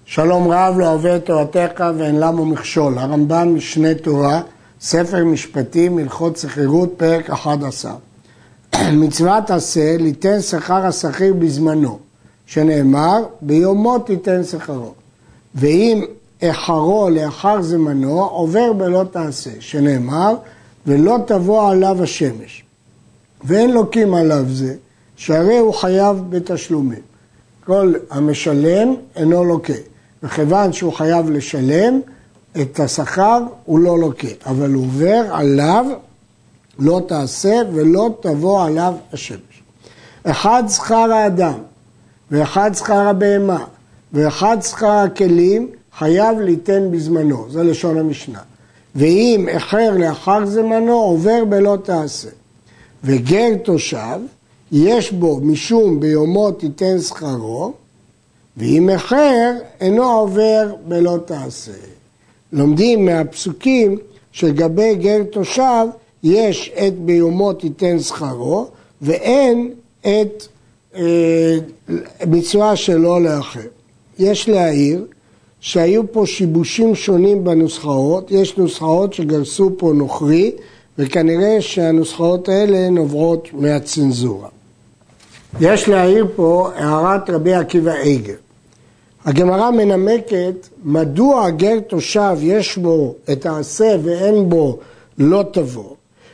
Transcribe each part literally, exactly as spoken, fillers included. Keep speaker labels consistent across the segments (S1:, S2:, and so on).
S1: שלום רב לא אוהב את תורתך ואין למו מכשול. הרמב"ן משנה תורה, ספר משפטים, הלכות שכירות, פרק אחד עשר. מצוות עשה ליתן שכר השכיר בזמנו, שנאמר ביומו תיתן שכרו. ואם אחרו לאחר זמנו עובר בלא תעשה, שנאמר ולא תבוא עליו השמש. ואין לוקים עליו זה, שהרי הוא חייב בתשלומים. כל המשלם אינו לוקה. וכיוון שהוא חייב לשלם את השכר הוא לא לוקה, אבל הוא עובר עליו לא תעשה ולא תבוא עליו השמש. אחד שכר האדם ואחד שכר הבהמה ואחד שכר הכלים חייב ליתן בזמנו, זה לשון המשנה. ואם אחר לאחר זמנו עובר בלא תעשה. וגר תושב יש בו משום ביומו תיתן שכרו, ואם אחר אינו עובר בלא תעשה. לומדים מהפסוקים שגבי גר תושב יש את ביומו תיתן שכרו ואין את אה, מצווה שלו לאחר. יש להעיר שהיו פה שיבושים שונים בנוסחאות, יש נוסחאות שגרסו פה נוכרי וכנראה שהנוסחאות האלה נובעות מהצנזורה. יש להעיר פה הערת רבי עקיבא איגר. הגמרא מנמקת מדוע גר תושב יש בו את העשה ואין בו לא תבוא.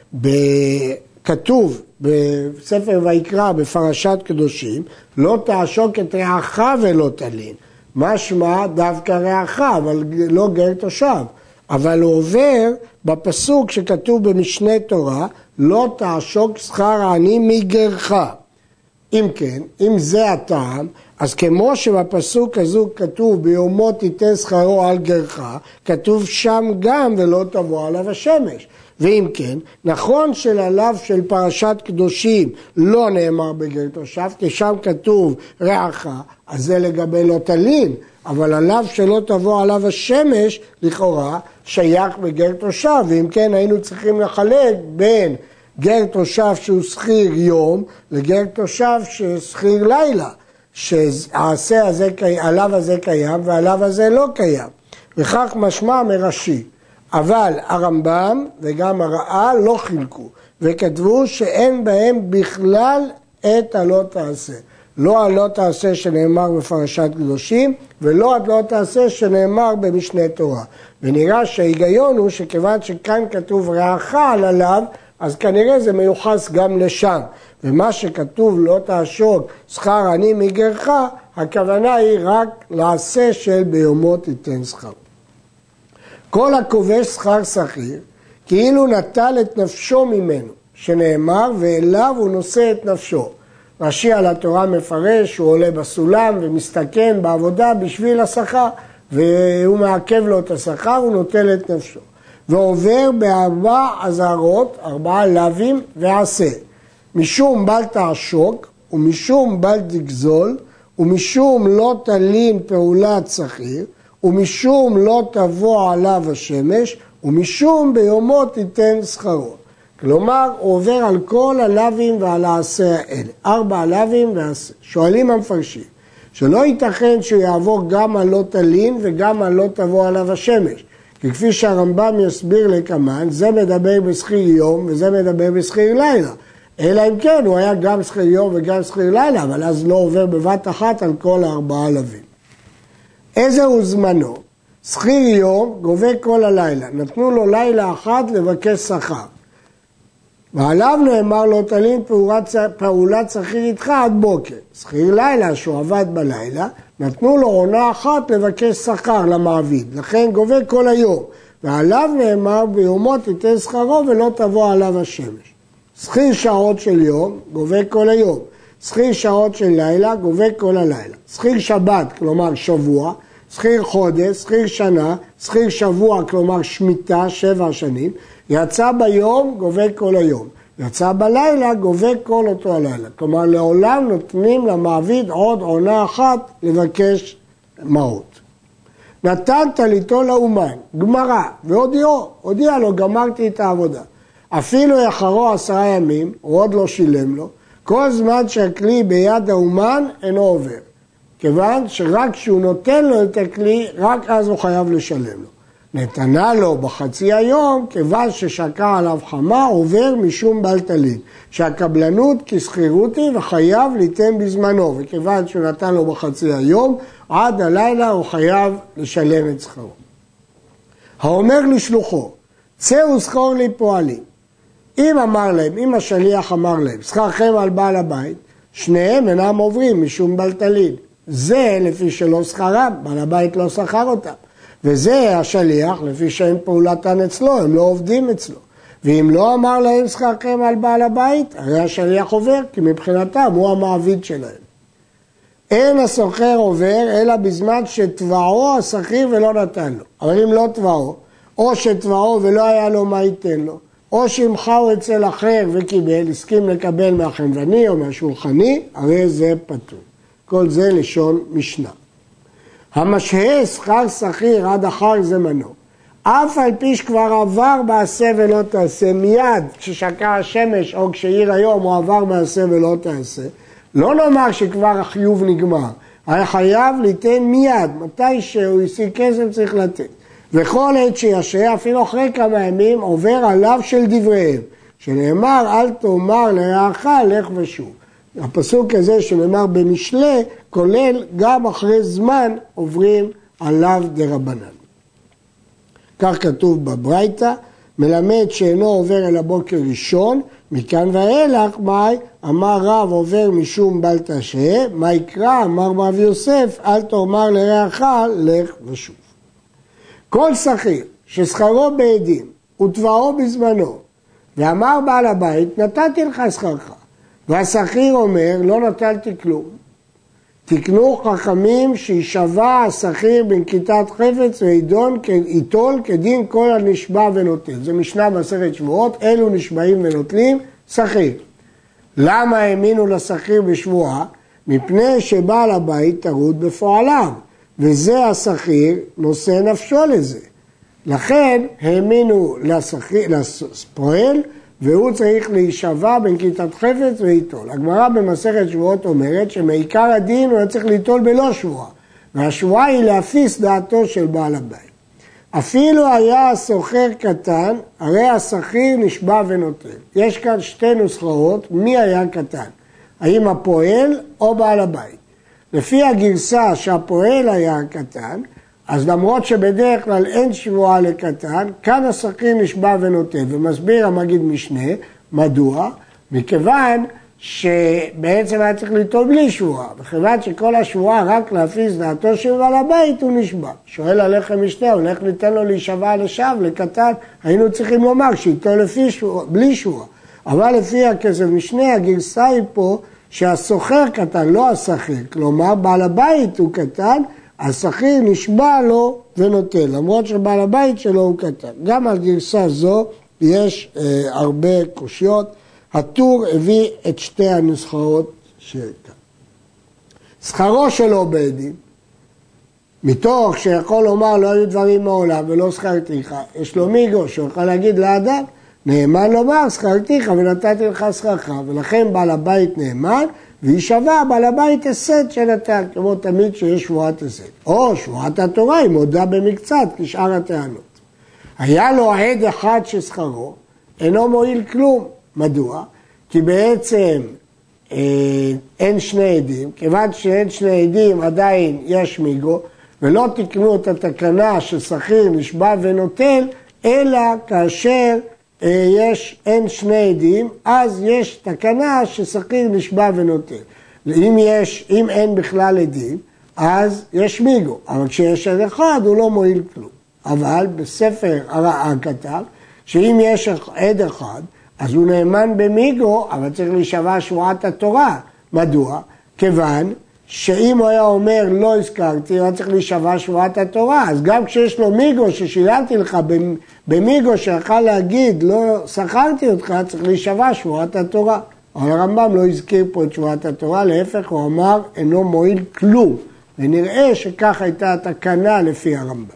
S1: כתוב בספר ויקרא בפרשת קדושים לא תעשוק את רעך ולא תלין. משמע דווקא רעך אבל לא גר תושב. אבל הוא עובר בפסוק שכתוב במשנה תורה לא תעשוק שכר העני מגרך. אם כן, אם זה הטעם, אז כמו שבפסוק הזו כתוב ביומו תיתן שכרו על גרך, כתוב שם גם ולא תבוא עליו השמש. ואם כן, נכון שלעליו של פרשת קדושים לא נאמר בגר תושב, כי שם כתוב רעך, אז זה לגבי לא תלין, אבל עליו שלא תבוא עליו השמש, לכאורה, שייך בגר תושב, ואם כן היינו צריכים לחלק בין גר תושב שהוא שכיר יום לגר תושב ששכיר לילה, שהעשה הזה, עליו הזה קיים ועליו הזה לא קיים. וכך משמע מרש"י. אבל הרמב"ם וגם הר"ל לא חילקו וכתבו שאין בהם בכלל את הלא תעשה. לא הלא תעשה שנאמר בפרשת קדושים ולא הלא תעשה שנאמר במשנה תורה. ונראה שההיגיון הוא שכיוון שכאן כתוב רעך על עליו, אז כנראה זה מיוחס גם לשם. ומה שכתוב לא תעשוק שכר עני מגרך, הכוונה היא רק לעשה של ביומו תיתן שכר. כל הכובש שכר שכיר, כאילו נטל את נפשו ממנו, שנאמר ואליו הוא נושא את נפשו. רש"י על התורה מפרש, הוא עולה בסולם ומסתכן בעבודה בשביל השכר, והוא מעכב לו את השכר, הוא נוטל את נפשו. ועובר בארבע אזהרות, ארבעה לווים ועשה. משום בל תעשוק, ומשום בל תגזול, ומשום לא תלין פעולת שכיר, ומשום לא תבוא עליו השמש, ומשום ביומו תיתן שכרו. כלומר, הוא עובר על כל הלווים ועל העשה האלה. ארבע הלווים ועשה. שואלים המפרשים, שלא ייתכן שהוא יעבור גם על לא תלין וגם על לא תבוא עליו השמש. כי כפי שהרמב"ם יסביר לכמן, זה מדבר בשכיר יום וזה מדבר בשכיר לילה. אלא אם כן, הוא היה גם שכיר יום וגם שכיר לילה, אבל אז לא עובר בבת אחת על כל הארבעה לווים. איזה הוא זמנו? שכיר יום גובה כל הלילה. נתנו לו לילה אחת לבקש שכר. ועליו נאמר לא תלין פעולת שכיר איתך עד בוקר. שכיר לילה שהוא עבד בלילה, נתנו לו עונה אחת לבקש שכר למעביד. לכן גובה כל היום. ועליו נאמר ביומו תיתן שכרו ולא תבוא עליו השמש. שכיר שעות של יום גובה כל היום. שכיר שעות של לילה גובה כל הלילה. שכיר שבת, כלומר שבוע, שכיר חודש, שכיר שנה, שכיר שבוע, כלומר שמיטה, שבע שנים, יצא ביום, גובה כל היום. יצא בלילה, גובה כל אותו הלילה. כלומר, לעולם נותנים למעביד עוד עונה אחת לבקש מעות. נתן טליתו לאומן, גמרא, והודיעו, הודיע לו, גמרתי את העבודה. אפילו יחרו עשרה ימים, הוא עוד לא שילם לו, כל זמן שהכלי ביד האומן אינו עובר. כיוון שרק כשהוא נותן לו את הכלי, רק אז הוא חייב לשלם לו. נתנה לו בחצי היום, כיוון ששקע עליו חמה, עובר משום בעל טלית. שהקבלנות כסחירות היא וחייב ליתן בזמנו, וכיוון שהוא נתן לו בחצי היום, עד הלילה הוא חייב לשלם את שכרו. האומר לשלוחו, צא ושכור לי פועלים. אם אמר להם, אם השליח אמר להם, שכרכם על בעל הבית, שניהם אינם עוברים משום בעל טלית. זה לפי שלא שכרם, בעל הבית לא שכר אותם. וזה השליח, לפי שאין פעולתן אצלו, הם לא עובדים אצלו. ואם לא אמר להם שכרכם על בעל הבית, הרי השליח עובר, כי מבחינתם הוא המעביד שלהם. אין הסוחר עובר, אלא בזמן שתבעו השכיר ולא נתן לו. אבל אם לא תבעו, או שתבעו ולא היה לו מה ייתן לו, או שמחהו אצל אחר וקיבל, הסכים לקבל מהחנווני או מהשולחני, הרי זה פטור. כל זה לשון משנה. המשהה שכר שכיר עד אחר זמנו, אף על פי שכבר עבר מעשה ולא תעשה, מיד כששקע השמש או כשעיר היום הוא עבר מעשה ולא תעשה, לא נאמר שכבר החיוב נגמר, היה חייב ליתן מיד, מתי שהוא השיג כסף צריך לתת. וכל עת שישרה, אפילו אחרי כמה ימים, עובר עליו של דבריהם, שנאמר אל תאמר לרעך לך ושוב. הפסוק הזה שנאמר במשלי, כולל גם אחרי זמן עוברים עליו דרבנן. כך כתוב בברייתא, מלמד שאינו עובר אל הבוקר ראשון, מכאן ואילך, מאי, אמר רב עובר משום בל תשהה, מה יקרא, אמר רב יוסף, אל תאמר לרעך לך ושוב. כל שכיר ששכרו בעדים ותבעו בזמנו, ואמר בעל הבית, נתתי לך שכרך, והשכיר אומר, לא נטלתי כלום. תקנו חכמים שישבע השכיר בנקיטת חפץ וידון איתול כדין כל הנשבע ונוטל. זה משנה בעשרת שבועות, אלו נשבעים ונוטלים, שכיר. למה האמינו לשכיר בשבועה? מפני שבעל הבית טרוד בפועליו, וזה השכיר נושא נפשו לזה. לכן האמינו לשכיר, לפועל, והוא צריך להישבע בנקיטת חפץ ויטול. הגמרא במסכת שבועות אומרת שמעיקר הדין הוא צריך ליטול בלא שבועה, והשבועה היא להפיס דעתו של בעל הבית. אפילו היה הסוחר קטן, הרי השכיר נשבע ונוטל. יש כאן שתי נוסחאות, מי היה קטן? האם הפועל או בעל הבית? לפי הגרסה שהפועל היה קטן, אז למרות שבדרך כלל אין שבועה לקטן, כאן השכיר נשבע ונוטל, ומסביר המגיד משנה, מדוע? מכיוון שבעצם היה צריך ליטול בלי שבועה, וכיוון שכל השבועה רק להפיס דעתו של בעל הבית הוא נשבע. שואל הלחם משנה, הולך ניתן לו להישבע לשווא, לקטן, היינו צריכים לומר שיטול לפי שבועה, בלי שבועה. אבל לפי הכסף משנה, הגרסה היא פה שהסוחר קטן, לא השכיר, כלומר בעל הבית הוא קטן, השכיר נשבע לו ונוטל, למרות שבעל הבית שלו הוא קטן. גם על גרסה זו יש אה, הרבה קושיות. הטור הביא את שתי הנוסחאות שכאן. שכרו שלו בעדים, מתוך שיכול לומר לא היו דברים מעולם ולא שכרתיך, יש לו מיגו שיכול להגיד לאדם, נאמן לומר שכרתיך ונתתי לך שכרך, ולכן בעל הבית נאמן, וישבע בעל הבית הסד שנתן, כמו תמיד שיש שבועת הסד. או שבועת התורה היא מודה במקצת כשאר הטענות. היה לו עד אחד ששכרו, אינו מועיל כלום. מדוע? כי בעצם אה, אין שני עדים, כיוון שאין שני עדים עדיין יש מיגו, ולא תקנו את התקנה ששכיר נשבע ונוטל, אלא כאשר אה, יש, אין שני עדים, אז יש תקנה ששכיר נשבע ונוטל. אם, יש, אם אין בכלל עדים, אז יש מיגו, אבל כשיש עד אחד הוא לא מועיל כלום. אבל בספר הרעה כתב, שאם יש עד אחד, אז הוא נאמן במיגו, אבל צריך להישבע שבועת התורה. מדוע? כיוון שאם הוא היה אומר לא הזכרתי, הוא צריך להישבע שבועת התורה. אז גם כשיש לו מיגו ששילמתי לך במיגו שיכול להגיד לא שכרתי אותך, צריך להישבע שבועת התורה. אבל הרמב"ם לא הזכיר פה את שבועת התורה, להפך הוא אמר אינו מועיל כלום. ונראה שכך הייתה התקנה לפי הרמב"ם.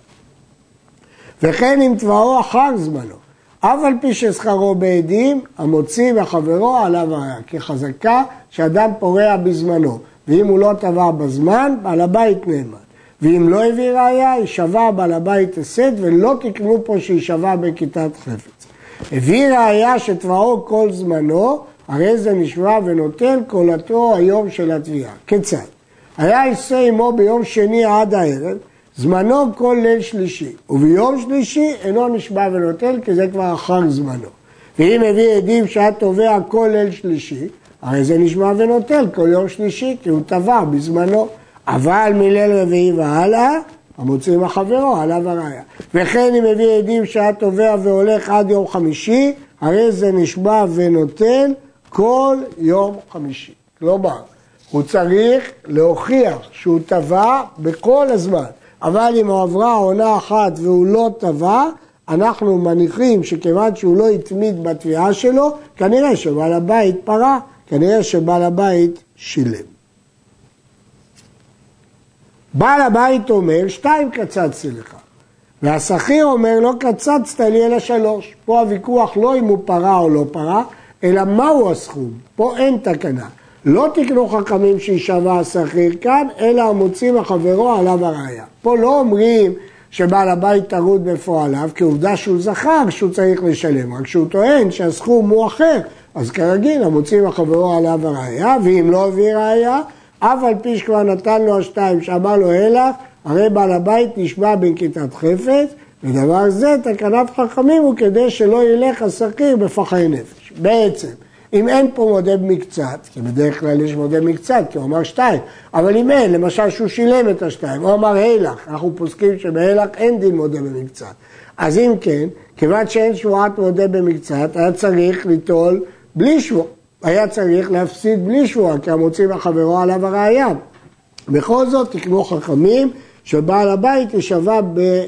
S1: וכן אם תבעו אחר זמנו. אף על פי ששכרו בעדים, המוציא וחברו עליו הראיה, כי חזקה שאדם פורע בזמנו, ואם הוא לא תבע בזמן, בעל הבית נאמן. ואם לא הביא ראיה, יישבע בעל הבית הסת, ולא תקנו פה שישבע בכיתת חפץ. הביא ראיה שתבעו כל זמנו, הרי זה נשבע ונותן קולתו היום של התביעה. כיצד? היה עושה עמו ביום שני עד הערב, זמנו כל ליל שלישי, וביום שלישי אינו נשבע ונותן, כי זה כבר אחר זמנו. ואם הביא עדים שהיה תובע כל ליל שלישי, הרי זה נשבע ונותן כל יום שלישי, כי הוא תבע בזמנו. אבל מליל רביעי והלאה, המוצאים החברו, עליו הראיה. וכן אם הביא עדים שהיה תובע והולך עד יום חמישי, הרי זה נשבע ונותן כל יום חמישי. כלומר, הוא צריך להוכיח שהוא תבע בכל הזמן. אבל אם הוא עברה עונה אחת והוא לא תבע, אנחנו מניחים שכיוון שהוא לא התמיד בתביעה שלו, כנראה שבעל הבית פרה, כנראה שבעל הבית שילם. בעל הבית אומר, שתיים קצצתי לך. והשכיר אומר, לא קצצת לי אלא שלוש. פה הוויכוח לא אם הוא פרה או לא פרה, אלא מהו הסכום. פה אין תקנה. לא תקנו חכמים שישבע השכיר כאן, אלא המוצאים החברו עליו הראיה. פה לא אומרים שבעל הבית תרוד בפועליו, כי עובדה שהוא זכר שהוא צריך לשלם. רק שהוא טוען שהסכום הוא אחר, אז כרגיל המוצאים החברו עליו הראיה, ואם לא הביא ראיה, אף על פי שכבר נתן לו השתיים שאמר לו הלך, הרי בעל הבית נשבע בנקיטת חפץ, ודבר זה תקנת חכמים הוא כדי שלא ילך השכיר בפחי נפש. בעצם, אם אין פה מודה במקצת, כי בדרך כלל יש מודה במקצת, כי הוא אמר שתיים, אבל אם אין, למשל שהוא שילם את השתיים, הוא אמר הלך, אנחנו פוסקים שבהלך אין דין מודה במקצת. אז אם כן, כיוון שאין שבועת מודה במקצת, היה צריך ליטול בלי שבוע. היה צריך להפסיד בלי שבועה, כי המוצאים החברו עליו הראיה. בכל זאת תקנו חכמים שבעל הבית ישבע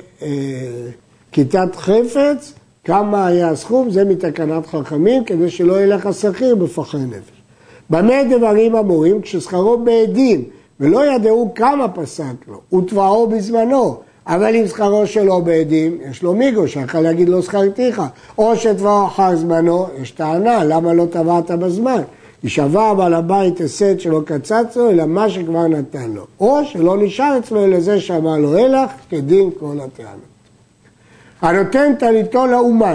S1: בכיתת חפץ, כמה היה הסכום, זה מתקנת חכמים, כדי שלא ילך השכיר בפחי נפש. במה דברים אמורים? כששכרו בעדים, ולא ידעו כמה פסק לו, ותבעו בזמנו. אבל אם שכרו שלו בעדים, יש לו מיגו, שיכול להגיד לו שכרתיך, או שתבעו אחר זמנו, יש טענה, למה לא תבעת בזמן? ישבע בעל הבית הסת שלא קצץ לו, אלא מה שכבר נתן לו, או שלא נשאר אצלו אלא זה שאמר לו הלך, כדין כל הטענות. הנותן טליתו לאומן,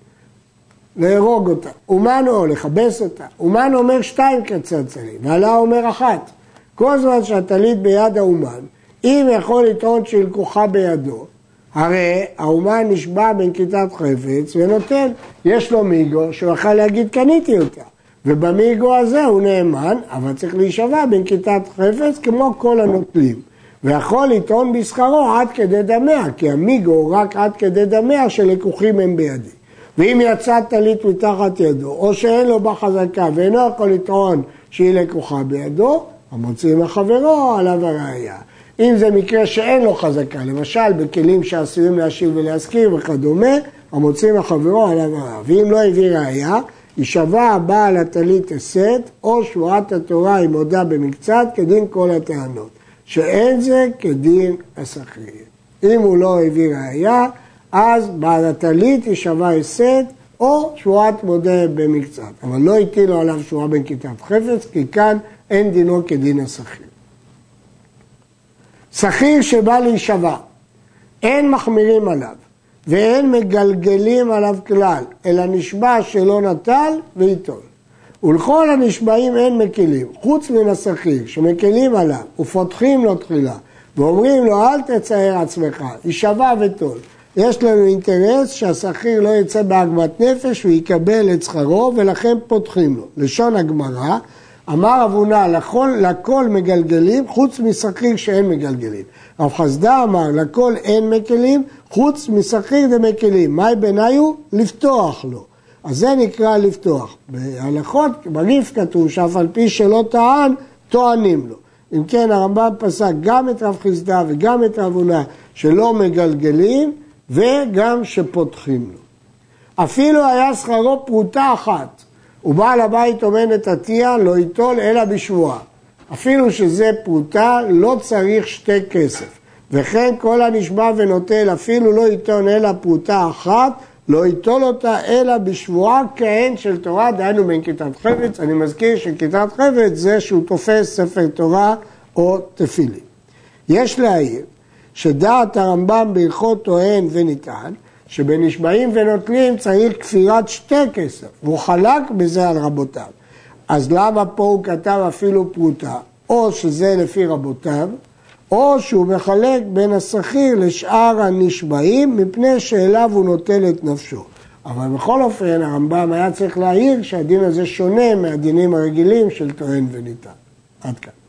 S1: להרוג אותה, אומן או לכבס אותה, אומן אומר שתיים קצץ לי, ועלה אומר אחת. כל זמן שהטלית ביד האומן, אם יכול לטעון שלקוחה בידו, הרי האומן נשבע בנקיטת חפץ ונותן, יש לו מיגו שהוא יכול להגיד קניתי אותה, ובמיגו הזה הוא נאמן, אבל צריך להישבע בנקיטת חפץ כמו כל הנוטלים, ויכול לטעון בשכרו עד כדי דמיה, כי המיגו הוא רק עד כדי דמיה שלקוחים הם בידי. ואם יצא טלית מתחת ידו, או שאין לו בה חזקה ואינו יכול לטעון שהיא לקוחה בידו, המוצאים החברו עליו הראיה. אם זה מקרה שאין לו חזקה, למשל בכלים שעשויים להשיב ולהזכיר וכדומה, המוצאים החברו עליו הראיה. ואם לא הביא ראיה, יישבע בעל הטלית הסת, או שבועת התורה עם הודה במקצת, כדין כל הטענות. שאין זה כדין השכיר. אם הוא לא הביא ראיה, אז בעל הטלית יישבע הסת, או שבועת מודה במקצת. אבל לא הטילו עליו שבועה בנקיטת חפץ, כי כאן אין דינו כדין השכיר. שכיר שבא להישבע, אין מחמירים עליו, ואין מגלגלים עליו כלל, אלא נשבע שלא נטל ויטול. ולכל הנשבעים אין מקלים, חוץ מן השכיר, שמקלים עליו ופותחים לו תחילה, ואומרים לו אל תצער עצמך, יישבע וטול. יש לנו אינטרס שהשכיר לא יצא בעגמת נפש ויקבל את שכרו, ולכן פותחים לו. לשון הגמרא, אמר אבונה, לכל, לכל מגלגלים חוץ משכיר שאין מגלגלים. רב חסדא אמר, לכל אין מקלים חוץ משכיר דמקלים. מהי ביניו? לפתוח לו. אז זה נקרא לפתוח. בהלכות, בריף כתוב שאף על פי שלא טען, טוענים לו. אם כן, הרמב"ם פסק גם את רב חסדא וגם את אבונה שלא מגלגלים, וגם שפותחים לו. אפילו היה שכרו פרוטה אחת, ובעל הבית אומן את התייה, לא ייטול אלא בשבועה. אפילו שזה פרוטה, לא צריך שתי כסף. וכן כל הנשבע ונוטל, אפילו לא ייטול אלא פרוטה אחת, לא ייטול אותה אלא בשבועה כהן של תורה, דהיינו בין כיתת חפץ. אני מזכיר שכיתת חפץ זה שהוא תופס ספר תורה או תפילין. יש להעיר שדעת הרמב"ם בהלכות טוען וניתן, שבנשבעים ונוטלים צריך כפירת שתי כסף, והוא חלק בזה על רבותיו. אז למה פה הוא כתב אפילו פרוטה? או שזה לפי רבותיו, או שהוא מחלק בין השכיר לשאר הנשבעים, מפני שאליו הוא נוטל את נפשו. אבל בכל אופן הרמב"ם היה צריך להעיר שהדין הזה שונה מהדינים הרגילים של טוען וניתן. עד כאן.